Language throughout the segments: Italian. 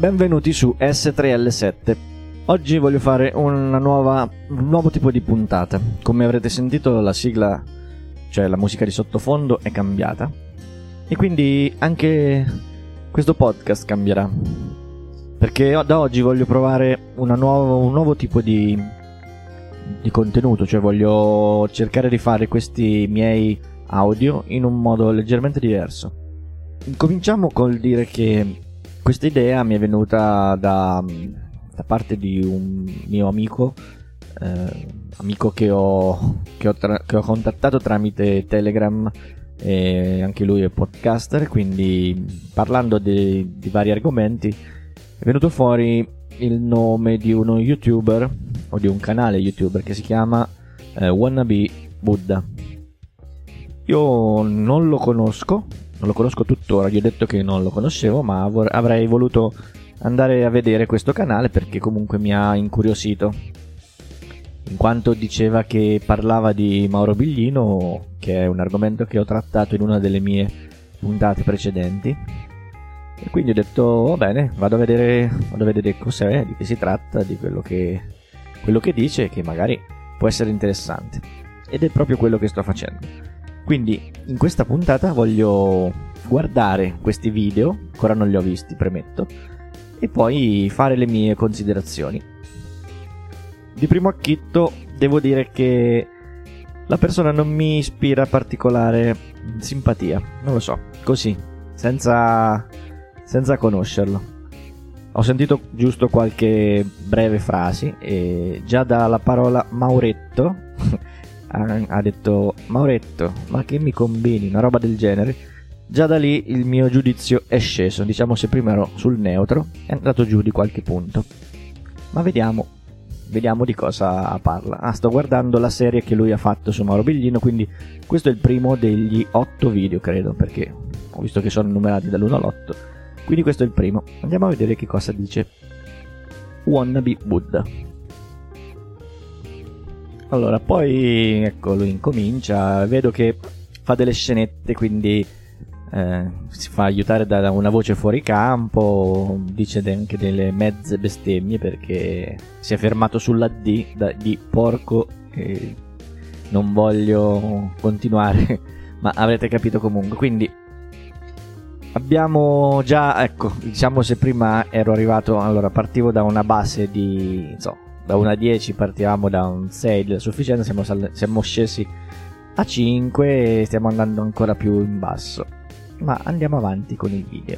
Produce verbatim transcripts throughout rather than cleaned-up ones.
Benvenuti su S tre L sette. Oggi voglio fare una nuova, un nuovo tipo di puntata. Come avrete sentito, la sigla, cioè la musica di sottofondo, è cambiata. E quindi anche questo podcast cambierà. Perché da oggi voglio provare una nuova, un nuovo tipo di, di contenuto. Cioè voglio cercare di fare questi miei audio in un modo leggermente diverso. Cominciamo col dire che questa idea mi è venuta da, da parte di un mio amico, eh, amico che ho, che, ho tra, che ho contattato tramite Telegram, e anche lui è podcaster, quindi parlando di, di vari argomenti è venuto fuori il nome di uno youtuber, o di un canale youtuber che si chiama eh, Wannabe Buddha. Io non lo conosco, non lo conosco tuttora, gli ho detto che non lo conoscevo, ma vor- avrei voluto andare a vedere questo canale perché comunque mi ha incuriosito, in quanto diceva che parlava di Mauro Biglino, che è un argomento che ho trattato in una delle mie puntate precedenti, e quindi ho detto va bene, vado a vedere, vado a vedere cos'è, di che si tratta, di quello che, quello che dice, che magari può essere interessante, ed è proprio quello che sto facendo. Quindi in questa puntata voglio guardare questi video, ancora non li ho visti, premetto, e poi fare le mie considerazioni. Di primo acchitto devo dire che la persona non mi ispira particolare simpatia, non lo so, così, senza, senza conoscerlo. Ho sentito giusto qualche breve frase e già dalla parola Mauretto ha detto Mauretto, ma che mi combini, una roba del genere. Già da lì il mio giudizio è sceso, diciamo, se prima ero sul neutro è andato giù di qualche punto. Ma vediamo, vediamo di cosa parla. Ah, sto guardando la serie che lui ha fatto su Mauro Biglino, quindi questo è il primo degli otto video, credo, perché ho visto che sono numerati dall'uno all'otto, quindi questo è il primo. Andiamo a vedere che cosa dice Wannabe Buddha. Allora, poi ecco, lui incomincia, vedo che fa delle scenette, quindi eh, si fa aiutare da una voce fuori campo, dice anche delle mezze bestemmie perché si è fermato sulla D da, di porco, e non voglio continuare, ma avrete capito comunque. Quindi abbiamo già, ecco, diciamo, se prima ero arrivato, allora partivo da una base di, insomma, da una dieci partivamo da un sei della sufficienza, siamo, sal- siamo scesi a cinque e stiamo andando ancora più in basso. Ma andiamo avanti con il video.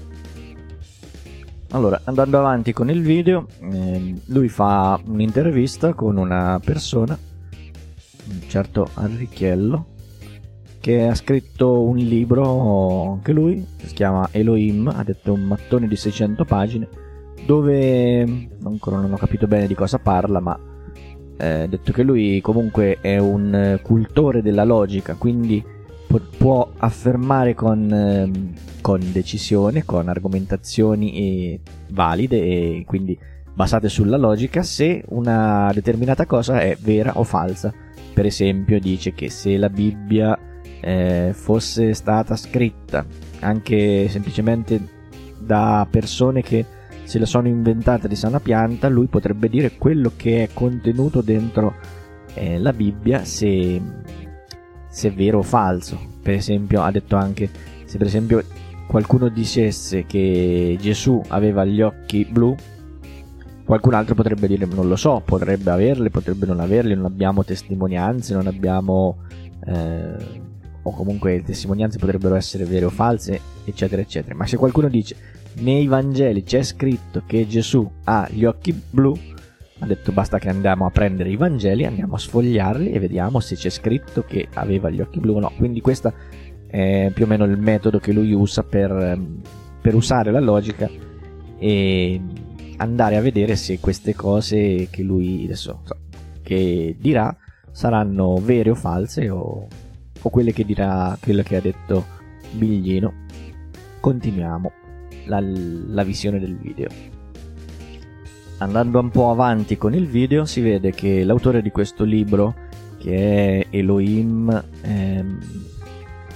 Allora, andando avanti con il video, eh, lui fa un'intervista con una persona, un certo Arricchiello, che ha scritto un libro, anche lui, che si chiama Elohim, ha detto un mattone di seicento pagine, dove ancora non ho capito bene di cosa parla, ma ha eh, detto che lui comunque è un cultore della logica, quindi pu- può affermare con, eh, con decisione, con argomentazioni e valide e quindi basate sulla logica, se una determinata cosa è vera o falsa. Per esempio dice che se la Bibbia eh, fosse stata scritta anche semplicemente da persone che se la sono inventata di sana pianta, lui potrebbe dire quello che è contenuto dentro eh, la Bibbia, se, se è vero o falso. Per esempio ha detto anche, se per esempio qualcuno dicesse che Gesù aveva gli occhi blu, qualcun altro potrebbe dire non lo so, potrebbe averli, potrebbe non averli, non abbiamo testimonianze, non abbiamo eh, o comunque le testimonianze potrebbero essere vere o false, eccetera eccetera. Ma se qualcuno dice nei Vangeli c'è scritto che Gesù ha gli occhi blu, ha detto basta che andiamo a prendere i Vangeli, andiamo a sfogliarli e vediamo se c'è scritto che aveva gli occhi blu o no. Quindi questo è più o meno il metodo che lui usa per, per usare la logica e andare a vedere se queste cose che lui adesso che dirà saranno vere o false, o, o quelle che dirà, quello che ha detto Biglino. Continuiamo La, la visione del video. Andando un po' avanti con il video si vede che l'autore di questo libro, che è Elohim, ehm,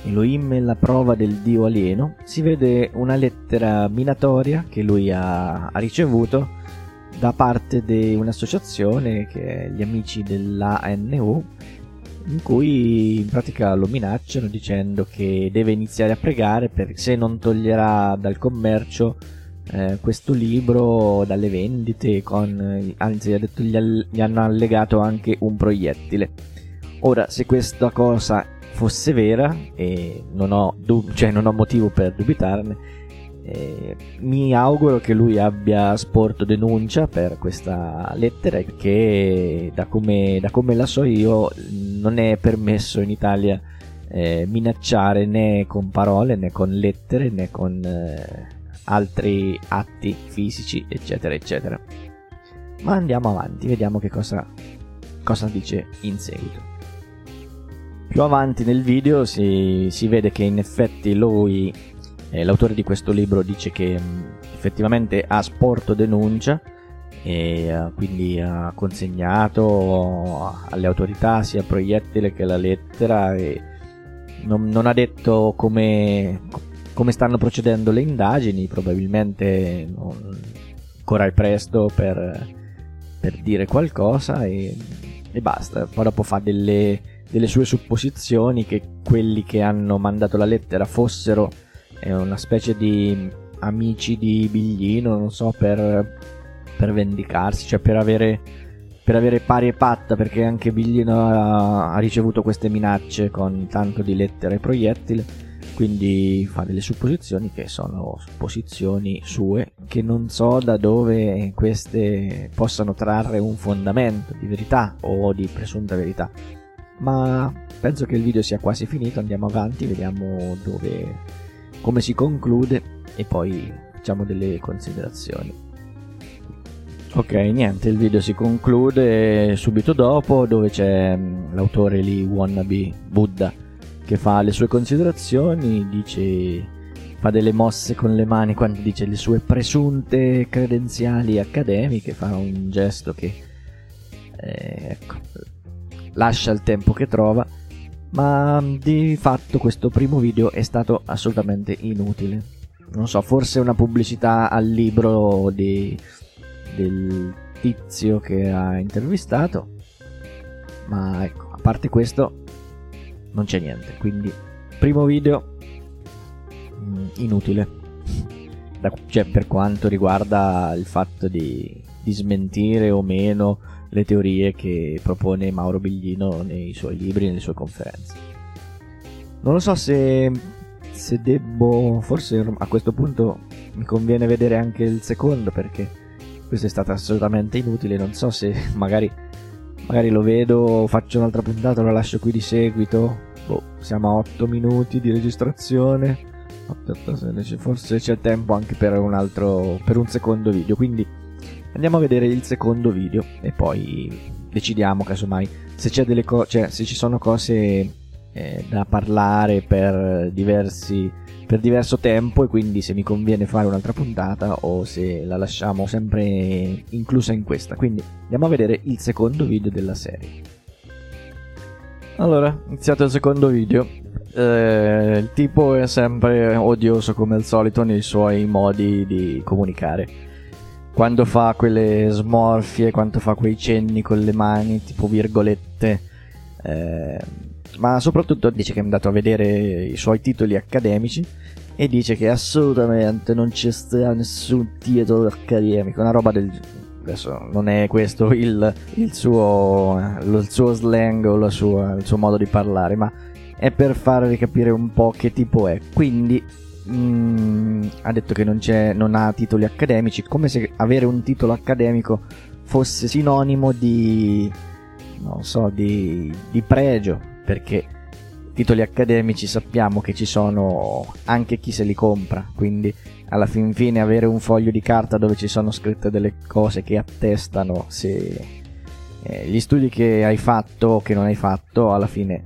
Elohim è la prova del dio alieno, si vede una lettera minatoria che lui ha, ha ricevuto da parte di un'associazione che è gli amici dell'A N U, in cui in pratica lo minacciano dicendo che deve iniziare a pregare per se non toglierà dal commercio eh, questo libro dalle vendite, con, anzi ha detto gli, gli hanno allegato anche un proiettile. Ora, se questa cosa fosse vera, e non ho, dub- cioè non ho motivo per dubitarne, Eh, mi auguro che lui abbia sporto denuncia per questa lettera, perché da come, da come la so io non è permesso in Italia eh, minacciare né con parole né con lettere né con eh, altri atti fisici eccetera eccetera. Ma andiamo avanti, vediamo che cosa, cosa dice in seguito. Più avanti nel video si, si vede che in effetti lui, Eh, l'autore di questo libro, dice che mh, effettivamente ha sporto denuncia e uh, quindi ha consegnato alle autorità sia il proiettile che la lettera, e non, non ha detto come, come stanno procedendo le indagini. Probabilmente non, ancora è presto per, per dire qualcosa, e, e basta. Poi dopo fa delle, delle sue supposizioni che quelli che hanno mandato la lettera fossero è una specie di amici di Biglino, non so, per, per vendicarsi, cioè per avere, per avere pari e patta, perché anche Biglino ha, ha ricevuto queste minacce con tanto di lettere e proiettili, quindi fa delle supposizioni che sono supposizioni sue, che non so da dove queste possano trarre un fondamento di verità o di presunta verità. Ma penso che il video sia quasi finito, andiamo avanti, vediamo dove... come si conclude e poi facciamo delle considerazioni. Ok, niente, il video si conclude subito dopo, dove c'è l'autore lì, wannabe Buddha, che fa le sue considerazioni, dice, fa delle mosse con le mani quando dice le sue presunte credenziali accademiche, fa un gesto che eh, ecco, lascia il tempo che trova. Ma di fatto questo primo video è stato assolutamente inutile. Non so, forse una pubblicità al libro di, del tizio che ha intervistato, ma ecco, a parte questo non c'è niente. Quindi primo video mh, inutile da, cioè, per quanto riguarda il fatto di, di smentire o meno le teorie che propone Mauro Biglino nei suoi libri, nelle sue conferenze. Non lo so se, se debbo, forse a questo punto mi conviene vedere anche il secondo, perché questo è stato assolutamente inutile. Non so se magari, magari lo vedo, faccio un'altra puntata, lo lascio qui di seguito. Boh, siamo a otto minuti di registrazione, forse c'è tempo anche per un altro, per un secondo video, quindi andiamo a vedere il secondo video e poi decidiamo casomai se c'è delle cose, cioè se ci sono cose eh, da parlare per diversi per diverso tempo, e quindi se mi conviene fare un'altra puntata o se la lasciamo sempre inclusa in questa. Quindi andiamo a vedere il secondo video della serie. Allora, iniziato il secondo video. Eh, il tipo è sempre odioso come al solito nei suoi modi di comunicare. Quando fa quelle smorfie, quando fa quei cenni con le mani, tipo virgolette, eh, ma soprattutto dice che è andato a vedere i suoi titoli accademici e dice che assolutamente non c'è stato nessun titolo accademico, una roba del... Adesso non è questo il, il, suo, il suo slang o la sua, il suo modo di parlare, ma è per farvi capire un po' che tipo è. Quindi... Mm, ha detto che non, c'è, non ha titoli accademici, come se avere un titolo accademico fosse sinonimo di, non so, di, di pregio, perché titoli accademici sappiamo che ci sono anche chi se li compra, quindi alla fin fine avere un foglio di carta dove ci sono scritte delle cose che attestano se eh, gli studi che hai fatto o che non hai fatto alla fine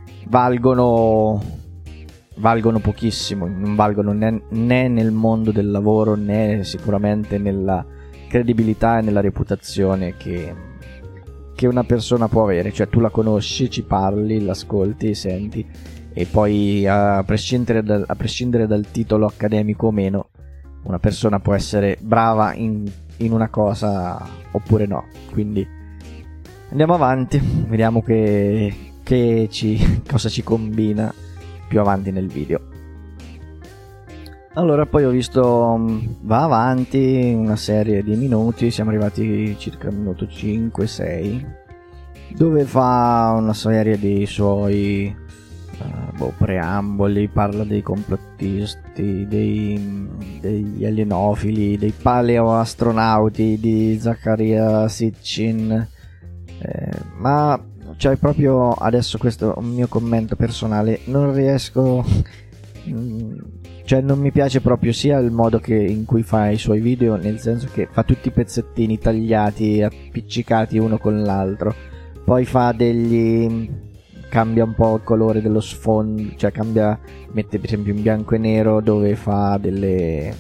valgono valgono pochissimo, non valgono né, né nel mondo del lavoro né sicuramente nella credibilità e nella reputazione che, che una persona può avere. Cioè tu la conosci, ci parli, l'ascolti, senti e poi a prescindere, dal, a prescindere dal titolo accademico o meno, una persona può essere brava in, in una cosa oppure no. Quindi andiamo avanti, vediamo che, che ci, cosa ci combina più avanti nel video. Allora, poi ho visto, va avanti una serie di minuti, siamo arrivati circa al minuto cinque sei, dove fa una serie di suoi uh, boh, preamboli, parla dei complottisti, dei, degli alienofili, dei paleoastronauti, di Zecharia Sitchin, eh, ma cioè proprio adesso, questo è un mio commento personale, non riesco... cioè non mi piace proprio sia il modo che in cui fa i suoi video, nel senso che fa tutti i pezzettini tagliati, appiccicati uno con l'altro, poi fa degli... cambia un po' il colore dello sfondo, cioè cambia, mette per esempio in bianco e nero dove fa delle...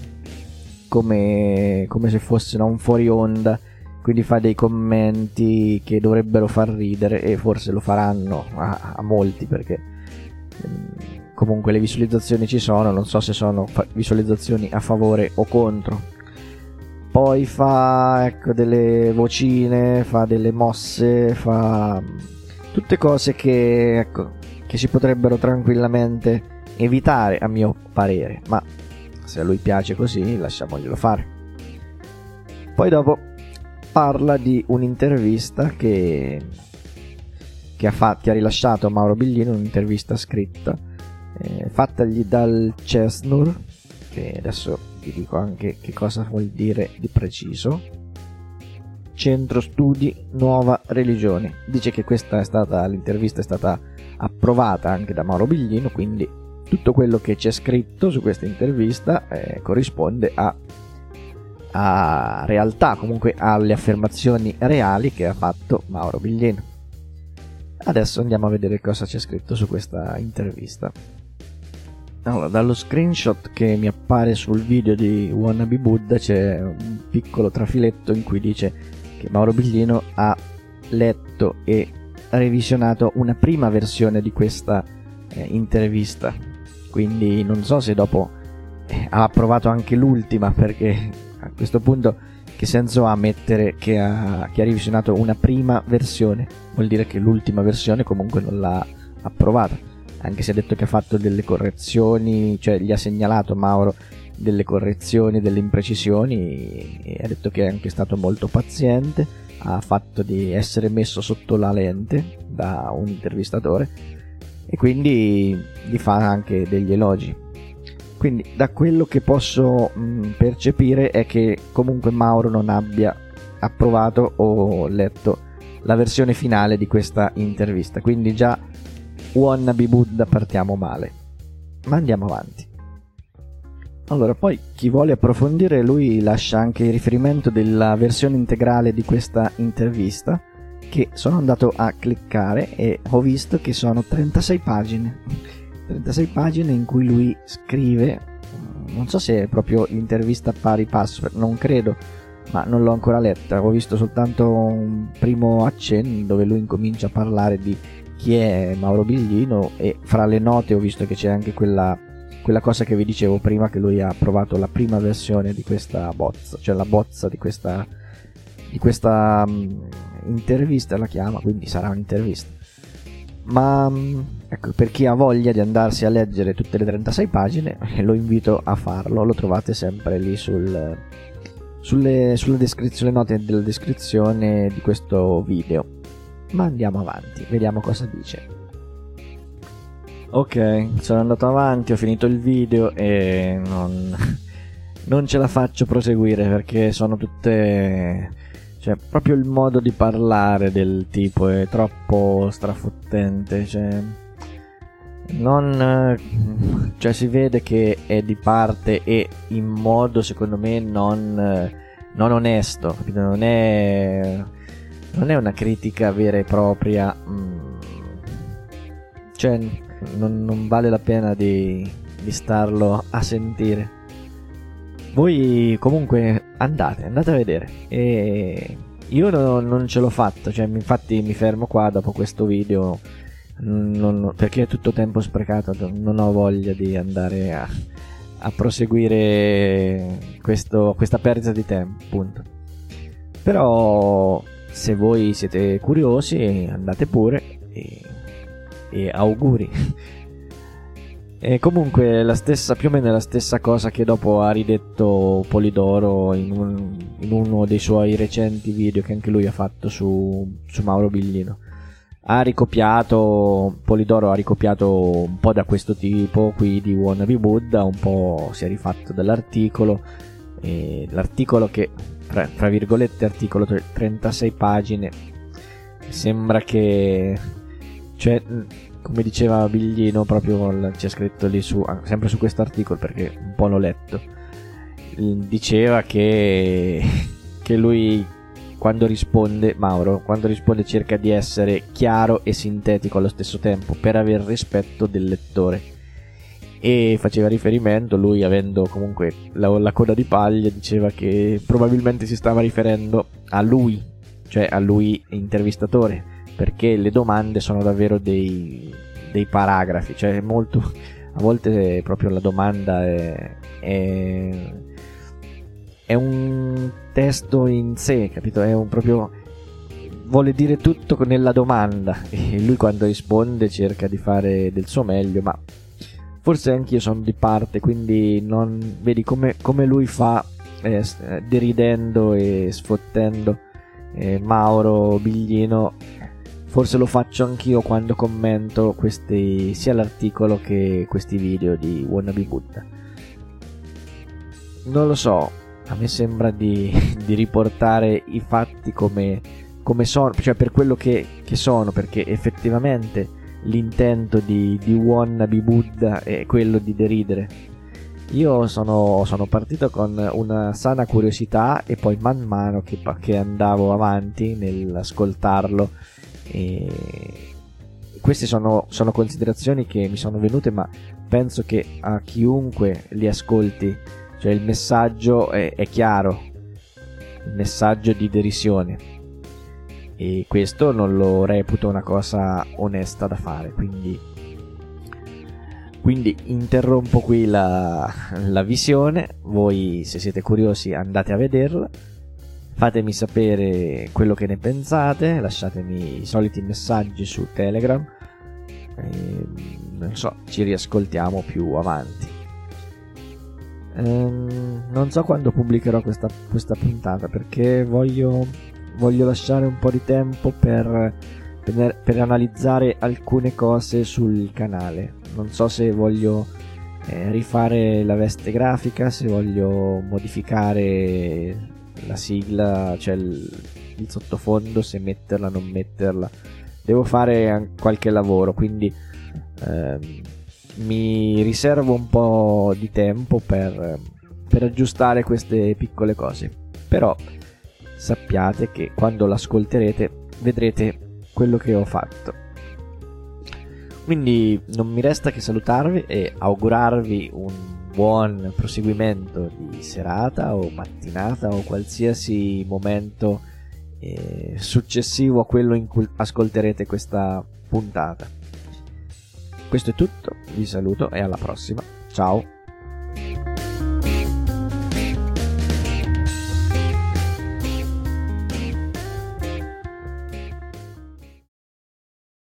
come, come se fosse no, un fuori onda, quindi fa dei commenti che dovrebbero far ridere, e forse lo faranno a, a molti, perché comunque le visualizzazioni ci sono, non so se sono visualizzazioni a favore o contro. Poi fa ecco delle vocine, fa delle mosse, fa tutte cose che ecco che si potrebbero tranquillamente evitare, a mio parere, ma se a lui piace così lasciamoglielo fare. Poi dopo parla di un'intervista che che ha, fatto, che ha rilasciato Mauro Biglino, un'intervista scritta eh, fattagli dal Cesnur, che adesso vi dico anche che cosa vuol dire di preciso. Centro Studi Nuova Religione. Dice che questa è stata, l'intervista è stata approvata anche da Mauro Biglino, quindi tutto quello che c'è scritto su questa intervista eh, corrisponde a, a realtà, comunque alle affermazioni reali che ha fatto Mauro Biglino. Adesso andiamo a vedere cosa c'è scritto su questa intervista. Allora, dallo screenshot che mi appare sul video di Wannabe Buddha c'è un piccolo trafiletto in cui dice che Mauro Biglino ha letto e revisionato una prima versione di questa eh, intervista, quindi non so se dopo eh, ha approvato anche l'ultima, perché a questo punto che senso ha mettere che ha, che ha revisionato una prima versione? Vuol dire che l'ultima versione comunque non l'ha approvata, anche se ha detto che ha fatto delle correzioni, cioè gli ha segnalato Mauro delle correzioni, delle imprecisioni, e ha detto che è anche stato molto paziente, ha fatto di essere messo sotto la lente da un intervistatore e quindi gli fa anche degli elogi. Quindi da quello che posso mh, percepire è che comunque Mauro non abbia approvato o letto la versione finale di questa intervista, quindi già Wannabe Buddha partiamo male, ma andiamo avanti. Allora, poi chi vuole approfondire, lui lascia anche il riferimento della versione integrale di questa intervista, che sono andato a cliccare e ho visto che sono trentasei pagine trentasei pagine in cui lui scrive, non so se è proprio l'intervista pari passo, non credo, ma non l'ho ancora letta, ho visto soltanto un primo accenno dove lui incomincia a parlare di chi è Mauro Biglino, e fra le note ho visto che c'è anche quella, quella cosa che vi dicevo prima, che lui ha approvato la prima versione di questa bozza, cioè la bozza di questa, di questa um, intervista la chiama, quindi sarà un'intervista. Ma ecco, per chi ha voglia di andarsi a leggere tutte le trentasei pagine, lo invito a farlo, lo trovate sempre lì sul, sulle, sulle, descrizioni, sulle note della descrizione di questo video. Ma andiamo avanti, vediamo cosa dice. Ok, sono andato avanti, ho finito il video e non, non ce la faccio proseguire, perché sono tutte... cioè proprio il modo di parlare del tipo è troppo strafottente, cioè non cioè si vede che è di parte e in modo secondo me non, non onesto, capito? Non è non è una critica vera e propria, cioè non, non vale la pena di, di starlo a sentire. Voi comunque andate, andate a vedere, e io no, non ce l'ho fatto, cioè infatti mi fermo qua dopo questo video non, perché è tutto tempo sprecato, non ho voglia di andare a, a proseguire questo, questa perdita di tempo, punto. Però se voi siete curiosi andate pure e, e auguri. E comunque la stessa, più o meno la stessa cosa che dopo ha ridetto Polidoro in, un, in uno dei suoi recenti video che anche lui ha fatto su, su Mauro Biglino. Ha ricopiato, Polidoro ha ricopiato un po' da questo tipo qui di Wannabe Buddha, un po' si è rifatto dall'articolo, e l'articolo che, tra, tra virgolette, articolo trentasei pagine, sembra che, cioè, come diceva Biglino, proprio c'è scritto lì su, sempre su questo articolo perché un po' l'ho letto, diceva che, che lui quando risponde, Mauro, quando risponde cerca di essere chiaro e sintetico allo stesso tempo per aver rispetto del lettore, e faceva riferimento, lui avendo comunque la, la coda di paglia, diceva che probabilmente si stava riferendo a lui, cioè a lui intervistatore, perché le domande sono davvero dei, dei paragrafi, cioè molto, a volte proprio la domanda è, è, è un testo in sé, capito? È un proprio, vuole dire tutto nella domanda, e lui quando risponde cerca di fare del suo meglio, ma forse anch'io sono di parte, quindi non vedi come, come lui fa, eh, deridendo e sfottendo eh, Mauro Biglino. Forse lo faccio anch'io quando commento questi, sia l'articolo che questi video di Wannabe Buddha. Non lo so, a me sembra di, di riportare i fatti come, come sono, cioè per quello che, che sono, perché effettivamente l'intento di, di Wannabe Buddha è quello di deridere. Io sono, sono partito con una sana curiosità e poi man mano che, che andavo avanti nell'ascoltarlo, e queste sono, sono considerazioni che mi sono venute, ma penso che a chiunque li ascolti, cioè il messaggio è, è chiaro, il messaggio di derisione, e questo non lo reputo una cosa onesta da fare, quindi quindi interrompo qui la, la visione. Voi, se siete curiosi, andate a vederla, fatemi sapere quello che ne pensate, lasciatemi i soliti messaggi su Telegram e, non so, ci riascoltiamo più avanti. ehm, non so quando pubblicherò questa, questa puntata, perché voglio, voglio lasciare un po' di tempo per, per, per analizzare alcune cose sul canale. Non so se voglio eh, rifare la veste grafica, se voglio modificare la sigla, cioè il, il sottofondo, se metterla o non metterla. Devo fare qualche lavoro, quindi ehm, mi riservo un po' di tempo per, per aggiustare queste piccole cose. Però sappiate che quando l'ascolterete vedrete quello che ho fatto. Quindi non mi resta che salutarvi e augurarvi un buon proseguimento di serata o mattinata o qualsiasi momento eh, successivo a quello in cui ascolterete questa puntata. Questo è tutto, vi saluto e alla prossima. Ciao!